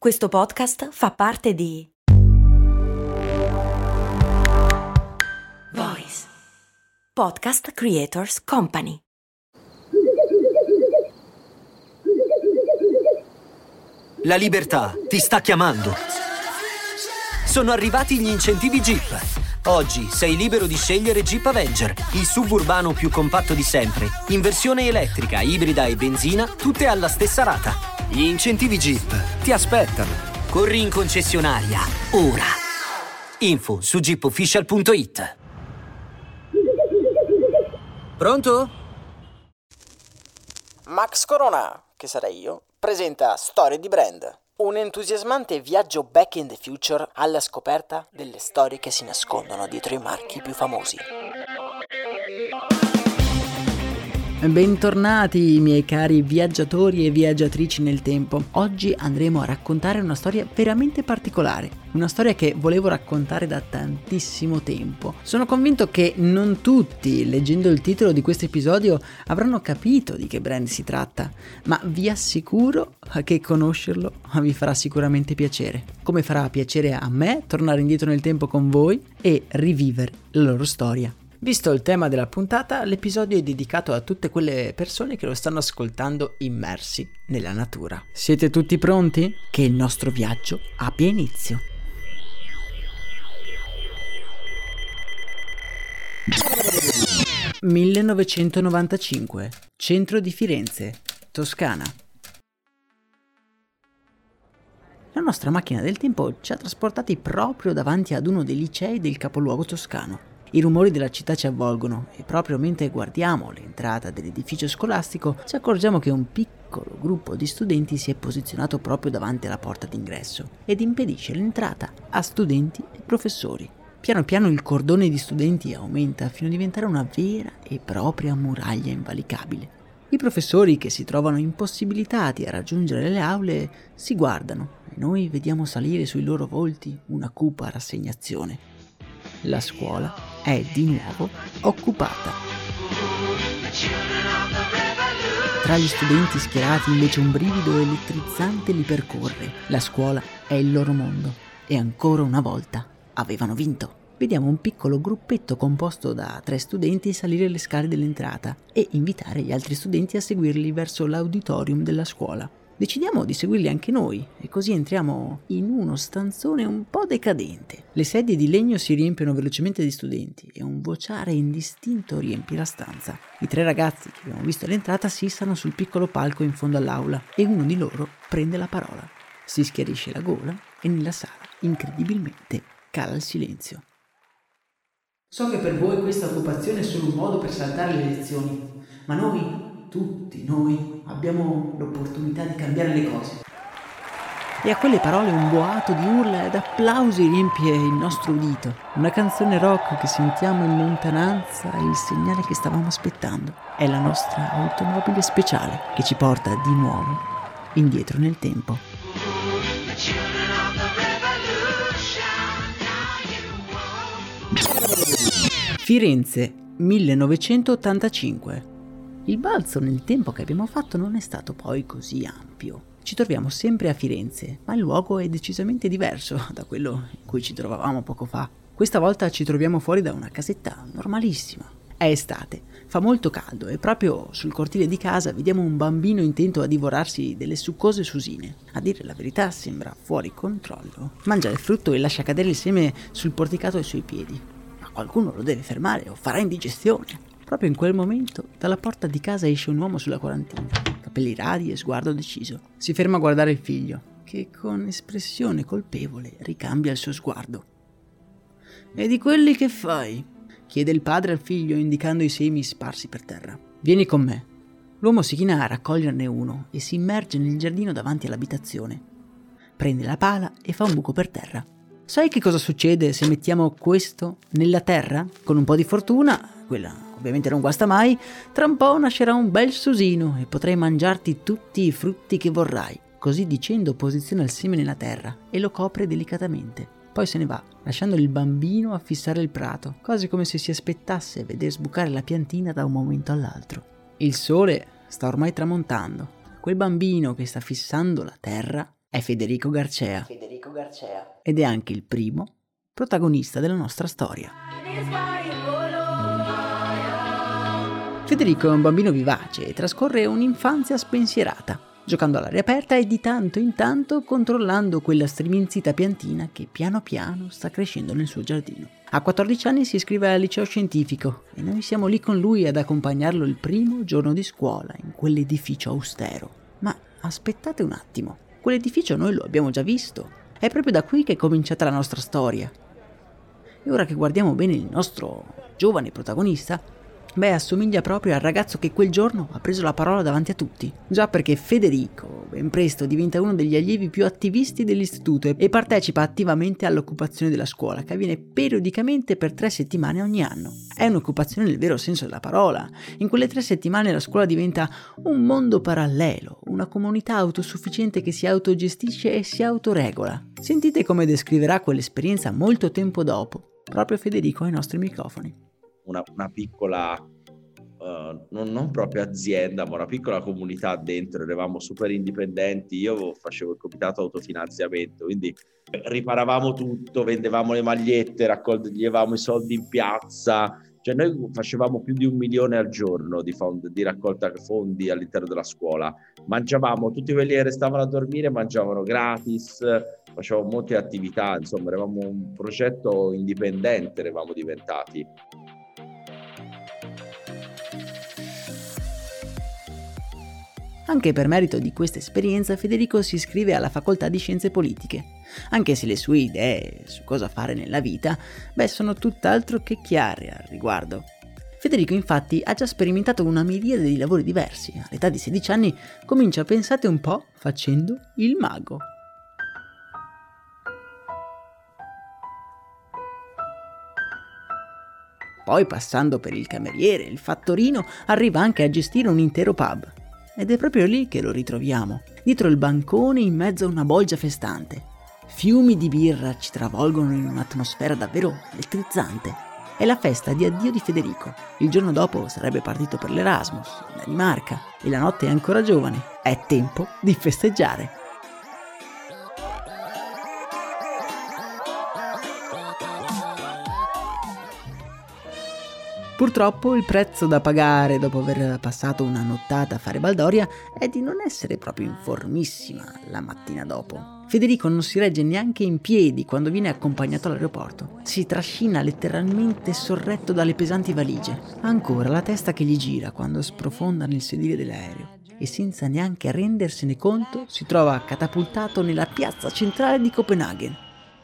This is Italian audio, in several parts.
Questo podcast fa parte di Voice Podcast Creators Company. La libertà ti sta chiamando. Sono arrivati gli incentivi Jeep. Oggi sei libero di scegliere Jeep Avenger, il suburbano più compatto di sempre, in versione elettrica, ibrida e benzina, tutte alla stessa rata. Gli incentivi Jeep ti aspettano. Corri in concessionaria, ora. Info su jeepofficial.it. Pronto? Max Corona, che sarei io, presenta Storie di Brand, un entusiasmante viaggio back in the future alla scoperta delle storie che si nascondono dietro i marchi più famosi. Bentornati miei cari viaggiatori e viaggiatrici nel tempo. Oggi andremo a raccontare una storia veramente particolare, una storia che volevo raccontare da tantissimo tempo. Sono convinto che non tutti, leggendo il titolo di questo episodio, avranno capito di che brand si tratta, ma vi assicuro che conoscerlo vi farà sicuramente piacere, come farà piacere a me tornare indietro nel tempo con voi e rivivere la loro storia. Visto il tema della puntata, l'episodio è dedicato a tutte quelle persone che lo stanno ascoltando immersi nella natura. Siete tutti pronti? Che il nostro viaggio abbia inizio. (1995) Centro di Firenze, Toscana. La nostra macchina del tempo ci ha trasportati proprio davanti ad uno dei licei del capoluogo toscano. I rumori della città ci avvolgono e proprio mentre guardiamo l'entrata dell'edificio scolastico ci accorgiamo che un piccolo gruppo di studenti si è posizionato proprio davanti alla porta d'ingresso ed impedisce l'entrata a studenti e professori. Piano piano il cordone di studenti aumenta fino a diventare una vera e propria muraglia invalicabile. I professori, che si trovano impossibilitati a raggiungere le aule, si guardano e noi vediamo salire sui loro volti una cupa rassegnazione. La scuola è di nuovo occupata. Tra gli studenti schierati invece un brivido elettrizzante li percorre. La scuola è il loro mondo e ancora una volta avevano vinto. Vediamo un piccolo gruppetto composto da 3 studenti salire le scale dell'entrata e invitare gli altri studenti a seguirli verso l'auditorium della scuola. Decidiamo di seguirli anche noi e così entriamo in uno stanzone un po' decadente. Le sedie di legno si riempiono velocemente di studenti e un vociare indistinto riempie la stanza. I 3 ragazzi che abbiamo visto all'entrata si issano sul piccolo palco in fondo all'aula e uno di loro prende la parola. Si schiarisce la gola e nella sala, incredibilmente, cala il silenzio. So che per voi questa occupazione è solo un modo per saltare le lezioni, ma noi, tutti noi, abbiamo l'opportunità di cambiare le cose. E a quelle parole un boato di urla ed applausi riempie il nostro udito. Una canzone rock che sentiamo in lontananza è il segnale che stavamo aspettando. È la nostra automobile speciale che ci porta di nuovo indietro nel tempo. Firenze, 1985. Il balzo nel tempo che abbiamo fatto non è stato poi così ampio. Ci troviamo sempre a Firenze, ma il luogo è decisamente diverso da quello in cui ci trovavamo poco fa. Questa volta ci troviamo fuori da una casetta normalissima. È estate, fa molto caldo e proprio sul cortile di casa vediamo un bambino intento a divorarsi delle succose susine. A dire la verità sembra fuori controllo. Mangia il frutto e lascia cadere il seme sul porticato ai suoi piedi. Ma qualcuno lo deve fermare o farà indigestione. Proprio in quel momento, dalla porta di casa esce un uomo sulla quarantina, capelli radi e sguardo deciso. Si ferma a guardare il figlio, che con espressione colpevole ricambia il suo sguardo. «E di quelli che fai?» chiede il padre al figlio, indicando i semi sparsi per terra. «Vieni con me». L'uomo si china a raccoglierne uno e si immerge nel giardino davanti all'abitazione. Prende la pala e fa un buco per terra. «Sai che cosa succede se mettiamo questo nella terra? Con un po' di fortuna, quella ovviamente non guasta mai, tra un po' nascerà un bel susino e potrai mangiarti tutti i frutti che vorrai». Così dicendo posiziona il seme nella terra e lo copre delicatamente. Poi se ne va, lasciando il bambino a fissare il prato, quasi come se si aspettasse vedere sbucare la piantina da un momento all'altro. Il sole sta ormai tramontando. Quel bambino che sta fissando la terra è Federico Garcea. Federico Garcea. Ed è anche il primo protagonista della nostra storia. Federico è un bambino vivace e trascorre un'infanzia spensierata, giocando all'aria aperta e di tanto in tanto controllando quella striminzita piantina che piano piano sta crescendo nel suo giardino. A 14 anni si iscrive al liceo scientifico e noi siamo lì con lui ad accompagnarlo il primo giorno di scuola in quell'edificio austero. Ma aspettate un attimo, quell'edificio noi lo abbiamo già visto, è proprio da qui che è cominciata la nostra storia. E ora che guardiamo bene il nostro giovane protagonista, assomiglia proprio al ragazzo che quel giorno ha preso la parola davanti a tutti. Già, perché Federico ben presto diventa uno degli allievi più attivisti dell'istituto e partecipa attivamente all'occupazione della scuola, che avviene periodicamente per 3 settimane ogni anno. È un'occupazione nel vero senso della parola. In quelle 3 settimane la scuola diventa un mondo parallelo, una comunità autosufficiente che si autogestisce e si autoregola. Sentite come descriverà quell'esperienza molto tempo dopo, proprio Federico ai nostri microfoni. Una piccola, non proprio azienda, ma una piccola comunità dentro, eravamo super indipendenti, io facevo il comitato autofinanziamento, quindi riparavamo tutto, vendevamo le magliette, raccoglievamo i soldi in piazza, cioè noi facevamo più di 1 milione al giorno di raccolta fondi all'interno della scuola, mangiavamo, tutti quelli che restavano a dormire mangiavano gratis, facevamo molte attività, insomma eravamo un progetto indipendente, eravamo diventati. Anche per merito di questa esperienza Federico si iscrive alla facoltà di Scienze Politiche, anche se le sue idee su cosa fare nella vita, sono tutt'altro che chiare al riguardo. Federico infatti ha già sperimentato una miriade di lavori diversi, all'età di 16 anni comincia, pensate un po', facendo il mago. Poi passando per il cameriere, il fattorino, arriva anche a gestire un intero pub. Ed è proprio lì che lo ritroviamo, dietro il bancone in mezzo a una bolgia festante. Fiumi di birra ci travolgono in un'atmosfera davvero elettrizzante. È la festa di addio di Federico. Il giorno dopo sarebbe partito per l'Erasmus, in Danimarca, e la notte è ancora giovane. È tempo di festeggiare. Purtroppo il prezzo da pagare dopo aver passato una nottata a fare baldoria è di non essere proprio in formissima la mattina dopo. Federico non si regge neanche in piedi quando viene accompagnato all'aeroporto. Si trascina letteralmente sorretto dalle pesanti valigie. Ha ancora la testa che gli gira quando sprofonda nel sedile dell'aereo e senza neanche rendersene conto si trova catapultato nella piazza centrale di Copenaghen.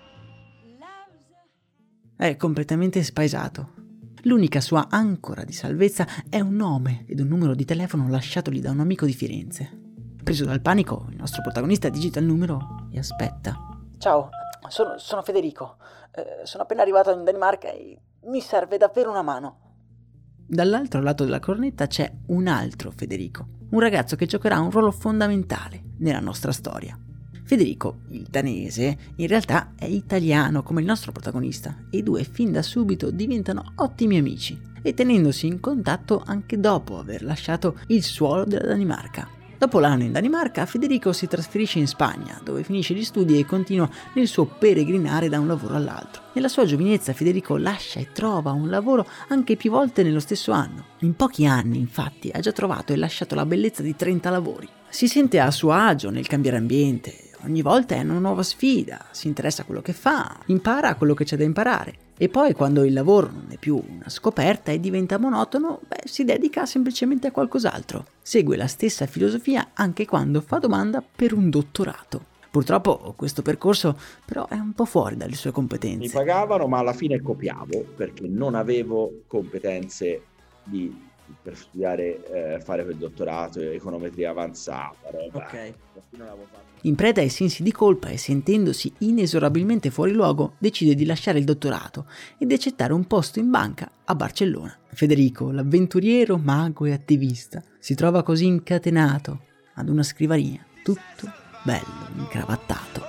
È completamente spaesato. L'unica sua ancora di salvezza è un nome ed un numero di telefono lasciatogli da un amico di Firenze. Preso dal panico, il nostro protagonista digita il numero e aspetta. Ciao, sono Federico. Sono appena arrivato in Danimarca e mi serve davvero una mano. Dall'altro lato della cornetta c'è un altro Federico, un ragazzo che giocherà un ruolo fondamentale nella nostra storia. Federico, il danese, in realtà è italiano come il nostro protagonista e i due fin da subito diventano ottimi amici e tenendosi in contatto anche dopo aver lasciato il suolo della Danimarca. Dopo l'anno in Danimarca, Federico si trasferisce in Spagna, dove finisce gli studi e continua nel suo peregrinare da un lavoro all'altro. Nella sua giovinezza Federico lascia e trova un lavoro anche più volte nello stesso anno. In pochi anni, infatti, ha già trovato e lasciato la bellezza di 30 lavori. Si sente a suo agio nel cambiare ambiente. Ogni volta è una nuova sfida, si interessa a quello che fa, impara quello che c'è da imparare. E poi quando il lavoro non è più una scoperta e diventa monotono, si dedica semplicemente a qualcos'altro. Segue la stessa filosofia anche quando fa domanda per un dottorato. Purtroppo questo percorso però è un po' fuori dalle sue competenze. Mi pagavano ma alla fine copiavo perché non avevo competenze per studiare, fare quel dottorato, econometria avanzata, roba. Ok. In preda ai sensi di colpa e sentendosi inesorabilmente fuori luogo, decide di lasciare il dottorato ed accettare un posto in banca a Barcellona. Federico, l'avventuriero, mago e attivista, si trova così incatenato ad una scrivania, tutto bello, incravattato.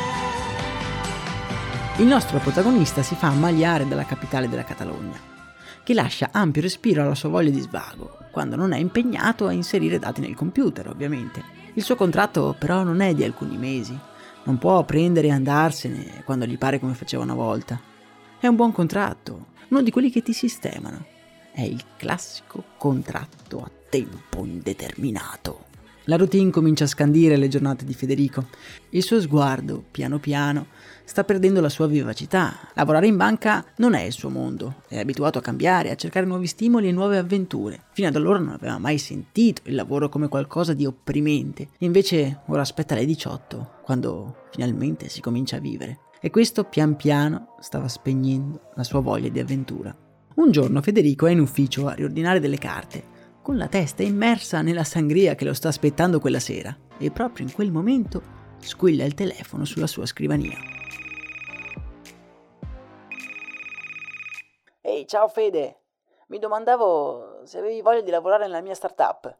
Il nostro protagonista si fa ammaliare dalla capitale della Catalogna. che lascia ampio respiro alla sua voglia di svago, quando non è impegnato a inserire dati nel computer, ovviamente. Il suo contratto però non è di alcuni mesi, non può prendere e andarsene quando gli pare come faceva una volta. È un buon contratto, uno di quelli che ti sistemano. È il classico contratto a tempo indeterminato. La routine comincia a scandire le giornate di Federico. Il suo sguardo, piano piano, sta perdendo la sua vivacità. Lavorare in banca non è il suo mondo. È abituato a cambiare, a cercare nuovi stimoli e nuove avventure. Fino ad allora non aveva mai sentito il lavoro come qualcosa di opprimente. Invece ora aspetta le 18, quando finalmente si comincia a vivere. E questo pian piano stava spegnendo la sua voglia di avventura. Un giorno Federico è in ufficio a riordinare delle carte, con la testa immersa nella sangria che lo sta aspettando quella sera, e proprio in quel momento squilla il telefono sulla sua scrivania. Ehi, ciao Fede! Mi domandavo se avevi voglia di lavorare nella mia startup.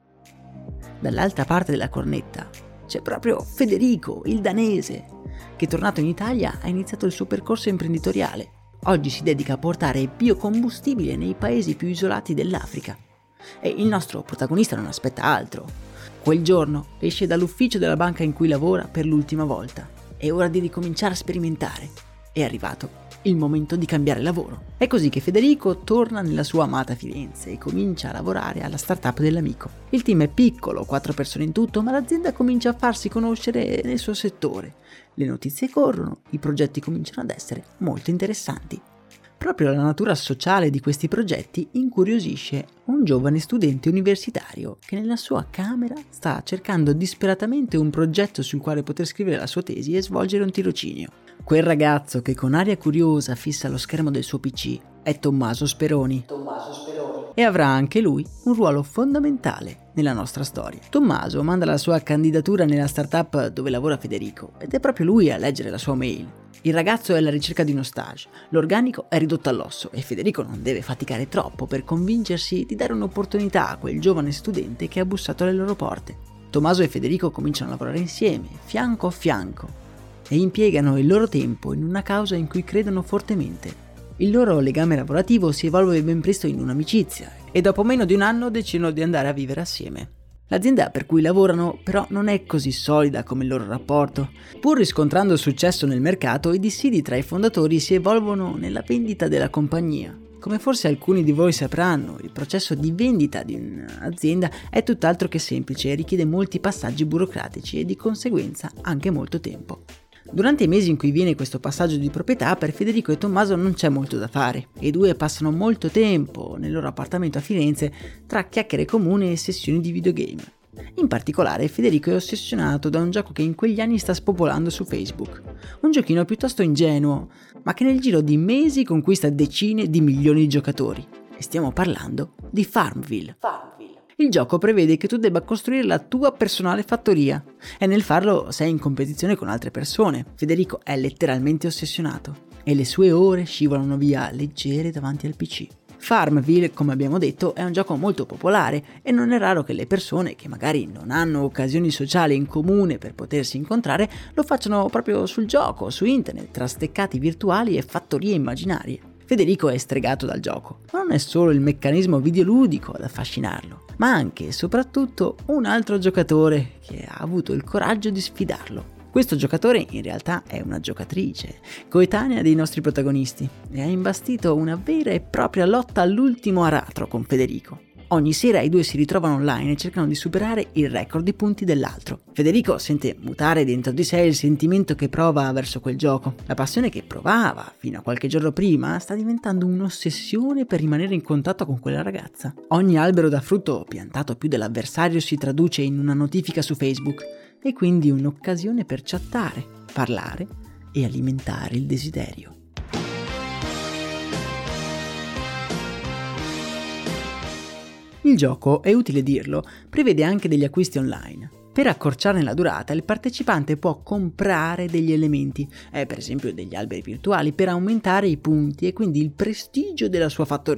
Dall'altra parte della cornetta c'è proprio Federico, il danese, che tornato in Italia ha iniziato il suo percorso imprenditoriale. Oggi si dedica a portare biocombustibile nei paesi più isolati dell'Africa. E il nostro protagonista non aspetta altro. Quel giorno esce dall'ufficio della banca in cui lavora per l'ultima volta. È ora di ricominciare a sperimentare. È arrivato il momento di cambiare lavoro. È così che Federico torna nella sua amata Firenze e comincia a lavorare alla startup dell'amico. Il team è piccolo, 4 persone in tutto, ma l'azienda comincia a farsi conoscere nel suo settore. Le notizie corrono, i progetti cominciano ad essere molto interessanti. Proprio la natura sociale di questi progetti incuriosisce un giovane studente universitario che nella sua camera sta cercando disperatamente un progetto sul quale poter scrivere la sua tesi e svolgere un tirocinio. Quel ragazzo che con aria curiosa fissa lo schermo del suo PC è Tommaso Speroni. E avrà anche lui un ruolo fondamentale nella nostra storia. Tommaso manda la sua candidatura nella startup dove lavora Federico ed è proprio lui a leggere la sua mail. Il ragazzo è alla ricerca di uno stage, l'organico è ridotto all'osso e Federico non deve faticare troppo per convincersi di dare un'opportunità a quel giovane studente che ha bussato alle loro porte. Tommaso e Federico cominciano a lavorare insieme, fianco a fianco, e impiegano il loro tempo in una causa in cui credono fortemente. Il loro legame lavorativo si evolve ben presto in un'amicizia e dopo meno di un anno decidono di andare a vivere assieme. L'azienda per cui lavorano però non è così solida come il loro rapporto. Pur riscontrando successo nel mercato, i dissidi tra i fondatori si evolvono nella vendita della compagnia. Come forse alcuni di voi sapranno, il processo di vendita di un'azienda è tutt'altro che semplice e richiede molti passaggi burocratici e di conseguenza anche molto tempo. Durante i mesi in cui viene questo passaggio di proprietà, per Federico e Tommaso non c'è molto da fare. I due passano molto tempo nel loro appartamento a Firenze tra chiacchiere comuni e sessioni di videogame. In particolare, Federico è ossessionato da un gioco che in quegli anni sta spopolando su Facebook. Un giochino piuttosto ingenuo, ma che nel giro di mesi conquista decine di milioni di giocatori. E stiamo parlando di Farmville. Il gioco prevede che tu debba costruire la tua personale fattoria e nel farlo sei in competizione con altre persone. Federico è letteralmente ossessionato e le sue ore scivolano via leggere davanti al PC. Farmville, come abbiamo detto, è un gioco molto popolare e non è raro che le persone che magari non hanno occasioni sociali in comune per potersi incontrare lo facciano proprio sul gioco, su internet, tra steccati virtuali e fattorie immaginarie. Federico è stregato dal gioco, ma non è solo il meccanismo videoludico ad affascinarlo, ma anche e soprattutto un altro giocatore che ha avuto il coraggio di sfidarlo. Questo giocatore in realtà è una giocatrice, coetanea dei nostri protagonisti, e ha imbastito una vera e propria lotta all'ultimo aratro con Federico. Ogni sera i due si ritrovano online e cercano di superare il record di punti dell'altro. Federico sente mutare dentro di sé il sentimento che prova verso quel gioco. La passione che provava fino a qualche giorno prima sta diventando un'ossessione per rimanere in contatto con quella ragazza. Ogni albero da frutto piantato più dell'avversario si traduce in una notifica su Facebook e quindi un'occasione per chattare, parlare e alimentare il desiderio. Il gioco, è utile dirlo, prevede anche degli acquisti online. Per accorciarne la durata, il partecipante può comprare degli elementi, per esempio degli alberi virtuali, per aumentare i punti e quindi il prestigio della sua fattoria.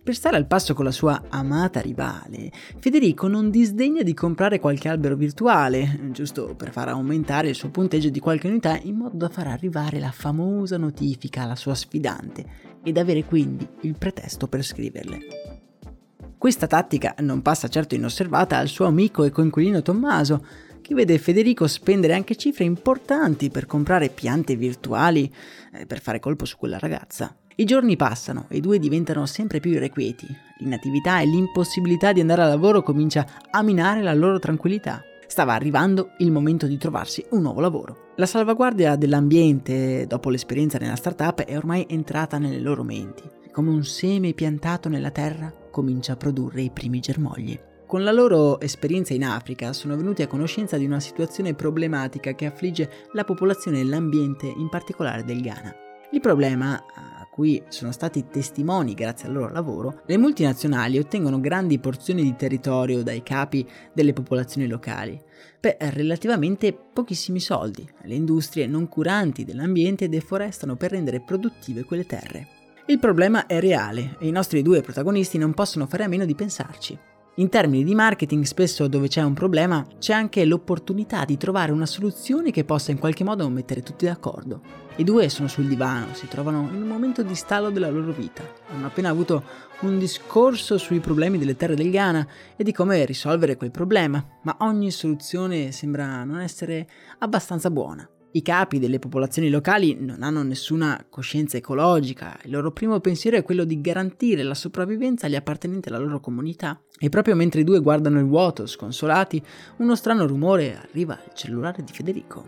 Per stare al passo con la sua amata rivale, Federico non disdegna di comprare qualche albero virtuale, giusto per far aumentare il suo punteggio di qualche unità, in modo da far arrivare la famosa notifica alla sua sfidante ed avere quindi il pretesto per scriverle. Questa tattica non passa certo inosservata al suo amico e coinquilino Tommaso, che vede Federico spendere anche cifre importanti per comprare piante virtuali per fare colpo su quella ragazza. I giorni passano e i due diventano sempre più irrequieti. L'inattività e l'impossibilità di andare al lavoro comincia a minare la loro tranquillità. Stava arrivando il momento di trovarsi un nuovo lavoro. La salvaguardia dell'ambiente, dopo l'esperienza nella startup, è ormai entrata nelle loro menti. Come un seme piantato nella terra, comincia a produrre i primi germogli. Con la loro esperienza in Africa sono venuti a conoscenza di una situazione problematica che affligge la popolazione e l'ambiente, in particolare del Ghana. Il problema, a cui sono stati testimoni grazie al loro lavoro, le multinazionali ottengono grandi porzioni di territorio dai capi delle popolazioni locali per relativamente pochissimi soldi. Le industrie non curanti dell'ambiente deforestano per rendere produttive quelle terre. Il problema è reale e i nostri due protagonisti non possono fare a meno di pensarci. In termini di marketing, spesso dove c'è un problema c'è anche l'opportunità di trovare una soluzione che possa in qualche modo mettere tutti d'accordo. I due sono sul divano, si trovano in un momento di stallo della loro vita. Hanno appena avuto un discorso sui problemi delle terre del Ghana e di come risolvere quel problema, ma ogni soluzione sembra non essere abbastanza buona. I capi delle popolazioni locali non hanno nessuna coscienza ecologica, il loro primo pensiero è quello di garantire la sopravvivenza agli appartenenti alla loro comunità. E proprio mentre i due guardano il vuoto, sconsolati, uno strano rumore arriva al cellulare di Federico.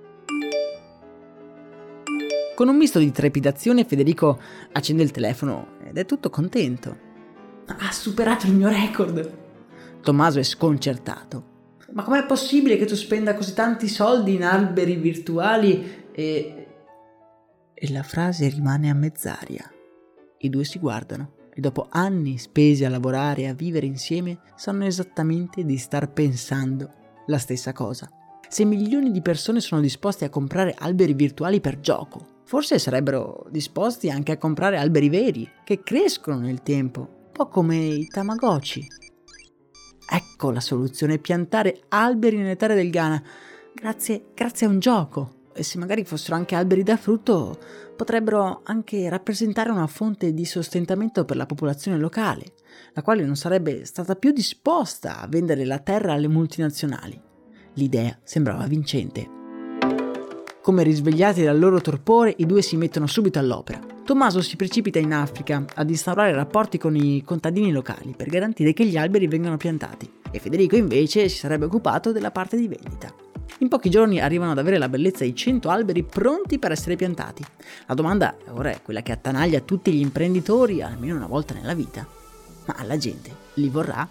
Con un misto di trepidazione Federico accende il telefono ed è tutto contento. Ha superato il mio record! Tommaso è sconcertato. Ma com'è possibile che tu spenda così tanti soldi in alberi virtuali e la frase rimane a mezz'aria. I due si guardano e dopo anni spesi a lavorare e a vivere insieme sanno esattamente di star pensando la stessa cosa. Se milioni di persone sono disposte a comprare alberi virtuali per gioco, forse sarebbero disposti anche a comprare alberi veri che crescono nel tempo, un po' come i Tamagotchi. Ecco la soluzione, piantare alberi nelle terre del Ghana, grazie a un gioco. E se magari fossero anche alberi da frutto, potrebbero anche rappresentare una fonte di sostentamento per la popolazione locale, la quale non sarebbe stata più disposta a vendere la terra alle multinazionali. L'idea sembrava vincente. Come risvegliati dal loro torpore, i due si mettono subito all'opera. Tommaso si precipita in Africa ad instaurare rapporti con i contadini locali per garantire che gli alberi vengano piantati e Federico invece si sarebbe occupato della parte di vendita. In pochi giorni arrivano ad avere la bellezza di 100 alberi pronti per essere piantati. La domanda ora è quella che attanaglia tutti gli imprenditori almeno una volta nella vita. Ma la gente li vorrà?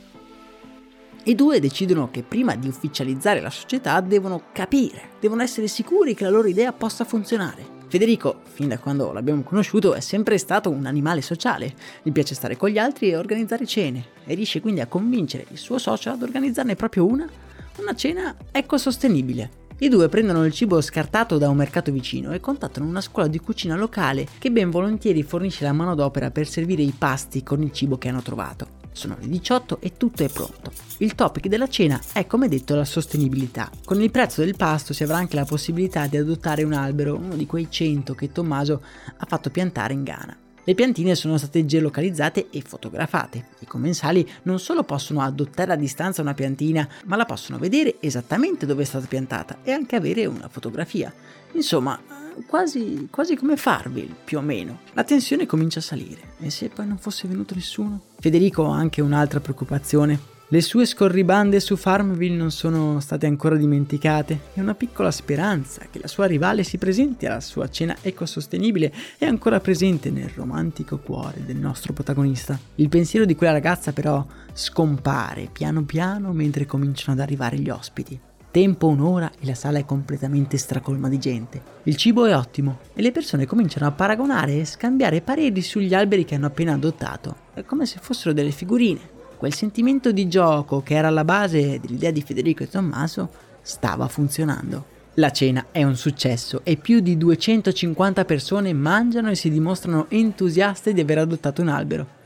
I due decidono che prima di ufficializzare la società devono essere sicuri che la loro idea possa funzionare. Federico, fin da quando l'abbiamo conosciuto, è sempre stato un animale sociale. Gli piace stare con gli altri e organizzare cene e riesce quindi a convincere il suo socio ad organizzarne proprio una cena ecosostenibile. I due prendono il cibo scartato da un mercato vicino e contattano una scuola di cucina locale che ben volentieri fornisce la manodopera per servire i pasti con il cibo che hanno trovato. Sono le 18 e tutto è pronto. Il topic della cena è, come detto, la sostenibilità. Con il prezzo del pasto si avrà anche la possibilità di adottare un albero, uno di quei 100 che Tommaso ha fatto piantare in Ghana. Le piantine sono state geolocalizzate e fotografate. I commensali non solo possono adottare a distanza una piantina, ma la possono vedere esattamente dove è stata piantata e anche avere una fotografia. Insomma, quasi come Farmville, più o meno. La tensione comincia a salire. E se poi non fosse venuto nessuno? Federico ha anche un'altra preoccupazione. Le sue scorribande su Farmville non sono state ancora dimenticate e una piccola speranza che la sua rivale si presenti alla sua cena ecosostenibile è ancora presente nel romantico cuore del nostro protagonista. Il pensiero di quella ragazza però scompare piano piano mentre cominciano ad arrivare gli ospiti. Tempo un'ora e la sala è completamente stracolma di gente. Il cibo è ottimo e le persone cominciano a paragonare e scambiare pareri sugli alberi che hanno appena adottato. È come se fossero delle figurine. Quel sentimento di gioco che era alla base dell'idea di Federico e Tommaso stava funzionando. La cena è un successo e più di 250 persone mangiano e si dimostrano entusiaste di aver adottato un albero.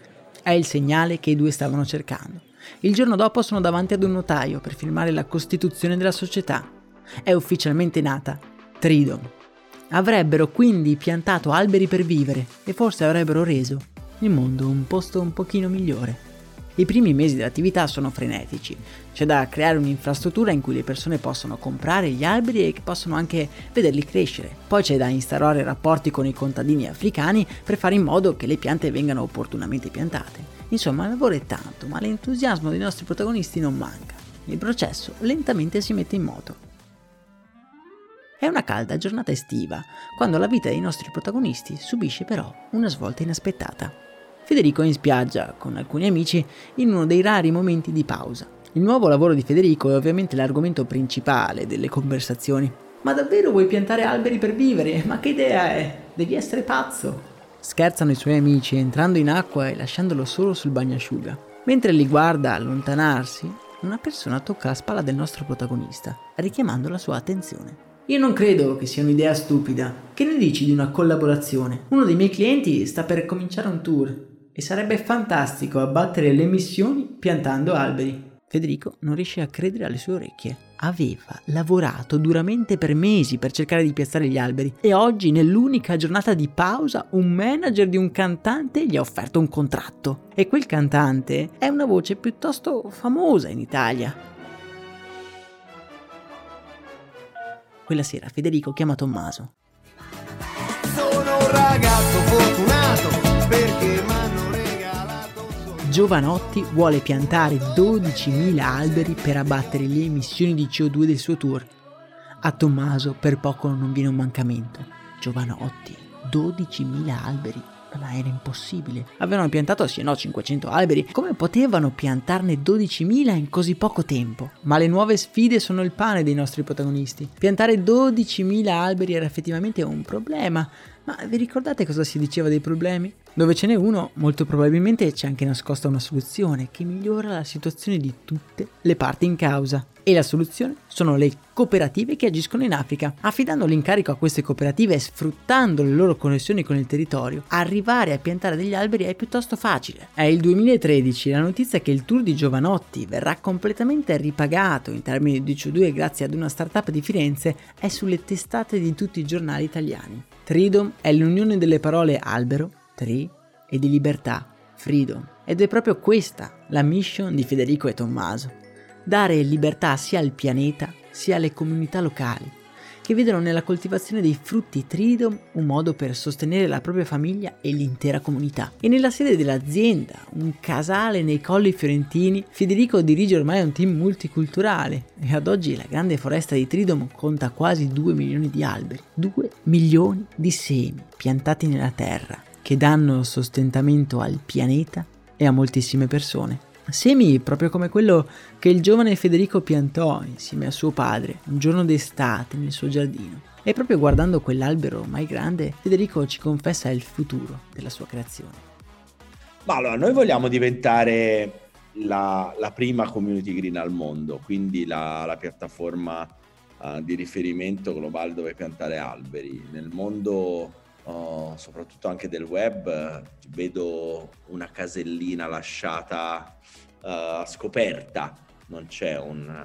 È il segnale che i due stavano cercando. Il giorno dopo sono davanti ad un notaio per firmare la costituzione della società. È ufficialmente nata Tridom. Avrebbero quindi piantato alberi per vivere e forse avrebbero reso il mondo un posto un pochino migliore. I primi mesi dell'attività sono frenetici. C'è da creare un'infrastruttura in cui le persone possono comprare gli alberi e che possono anche vederli crescere. Poi c'è da instaurare rapporti con i contadini africani per fare in modo che le piante vengano opportunamente piantate. Insomma, il lavoro è tanto, ma l'entusiasmo dei nostri protagonisti non manca. Il processo lentamente si mette in moto. È una calda giornata estiva, quando la vita dei nostri protagonisti subisce però una svolta inaspettata. Federico è in spiaggia con alcuni amici in uno dei rari momenti di pausa. Il nuovo lavoro di Federico è ovviamente l'argomento principale delle conversazioni. Ma davvero vuoi piantare alberi per vivere? Ma che idea è? Devi essere pazzo! Scherzano i suoi amici entrando in acqua e lasciandolo solo sul bagnasciuga. Mentre li guarda allontanarsi, una persona tocca la spalla del nostro protagonista, richiamando la sua attenzione. Io non credo che sia un'idea stupida. Che ne dici di una collaborazione? Uno dei miei clienti sta per cominciare un tour e sarebbe fantastico abbattere le emissioni piantando alberi. Federico non riesce a credere alle sue orecchie. Aveva lavorato duramente per mesi per cercare di piazzare gli alberi e oggi, nell'unica giornata di pausa, un manager di un cantante gli ha offerto un contratto. E quel cantante è una voce piuttosto famosa in Italia. Quella sera Federico chiama Tommaso. Sono un ragazzo fortunato perché m'hanno regalato Giovanotti vuole piantare 12.000 alberi per abbattere le emissioni di CO2 del suo tour. A Tommaso per poco non viene un mancamento. Giovanotti, 12.000 alberi. Ma era impossibile. Avevano piantato sì e no 500 alberi. Come potevano piantarne 12.000 in così poco tempo? Ma le nuove sfide sono il pane dei nostri protagonisti. Piantare 12.000 alberi era effettivamente un problema. Ma vi ricordate cosa si diceva dei problemi? Dove ce n'è uno, molto probabilmente c'è anche nascosta una soluzione che migliora la situazione di tutte le parti in causa. E la soluzione sono le cooperative che agiscono in Africa. Affidando l'incarico a queste cooperative e sfruttando le loro connessioni con il territorio, arrivare a piantare degli alberi è piuttosto facile. È il 2013, la notizia che il tour di Giovanotti verrà completamente ripagato in termini di CO2 grazie ad una startup di Firenze è sulle testate di tutti i giornali italiani. Tridom è l'unione delle parole albero, tree, e di libertà, freedom. Ed è proprio questa la mission di Federico e Tommaso. Dare libertà sia al pianeta sia alle comunità locali, che vedono nella coltivazione dei frutti Tridom un modo per sostenere la propria famiglia e l'intera comunità. E nella sede dell'azienda, un casale nei Colli Fiorentini, Federico dirige ormai un team multiculturale e ad oggi la grande foresta di Tridom conta quasi 2 milioni di alberi, 2 milioni di semi piantati nella terra che danno sostentamento al pianeta e a moltissime persone. Semi proprio come quello che il giovane Federico piantò insieme a suo padre un giorno d'estate nel suo giardino. E proprio guardando quell'albero ormai grande, Federico ci confessa il futuro della sua creazione. Ma allora, noi vogliamo diventare la prima community green al mondo, quindi la piattaforma di riferimento globale dove piantare alberi. Nel mondo, soprattutto anche del web, vedo una casellina lasciata scoperta, non c'è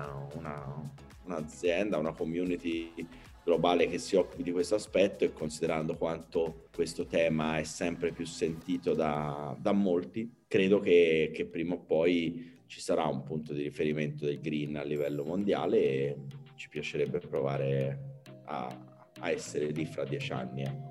un'azienda, una community globale che si occupi di questo aspetto, e considerando quanto questo tema è sempre più sentito da molti, credo che prima o poi ci sarà un punto di riferimento del green a livello mondiale e ci piacerebbe provare a essere lì fra 10 anni.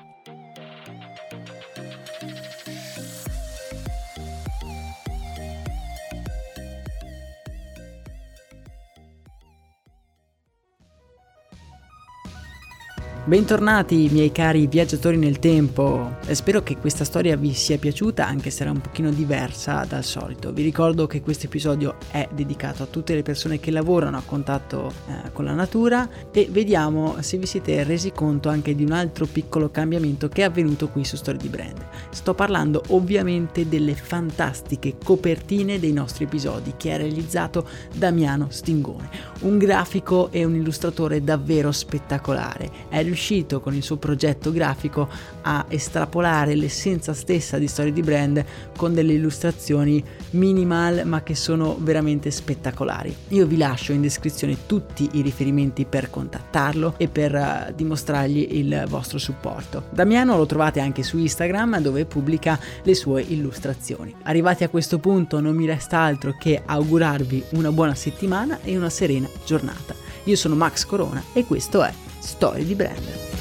Bentornati miei cari viaggiatori nel tempo, spero che questa storia vi sia piaciuta anche se era un pochino diversa dal solito. Vi ricordo che questo episodio è dedicato a tutte le persone che lavorano a contatto con la natura e vediamo se vi siete resi conto anche di un altro piccolo cambiamento che è avvenuto qui su Storie di Brand. Sto parlando ovviamente delle fantastiche copertine dei nostri episodi che ha realizzato Damiano Stingone, un grafico e un illustratore davvero spettacolare. È riuscito con il suo progetto grafico a estrapolare l'essenza stessa di Storie di Brand con delle illustrazioni minimal ma che sono veramente spettacolari. Io vi lascio in descrizione tutti i riferimenti per contattarlo e per dimostrargli il vostro supporto. Damiano lo trovate anche su Instagram, dove pubblica le sue illustrazioni. Arrivati a questo punto non mi resta altro che augurarvi una buona settimana e una serena giornata. Io sono Max Corona e questo è Storie di Brand.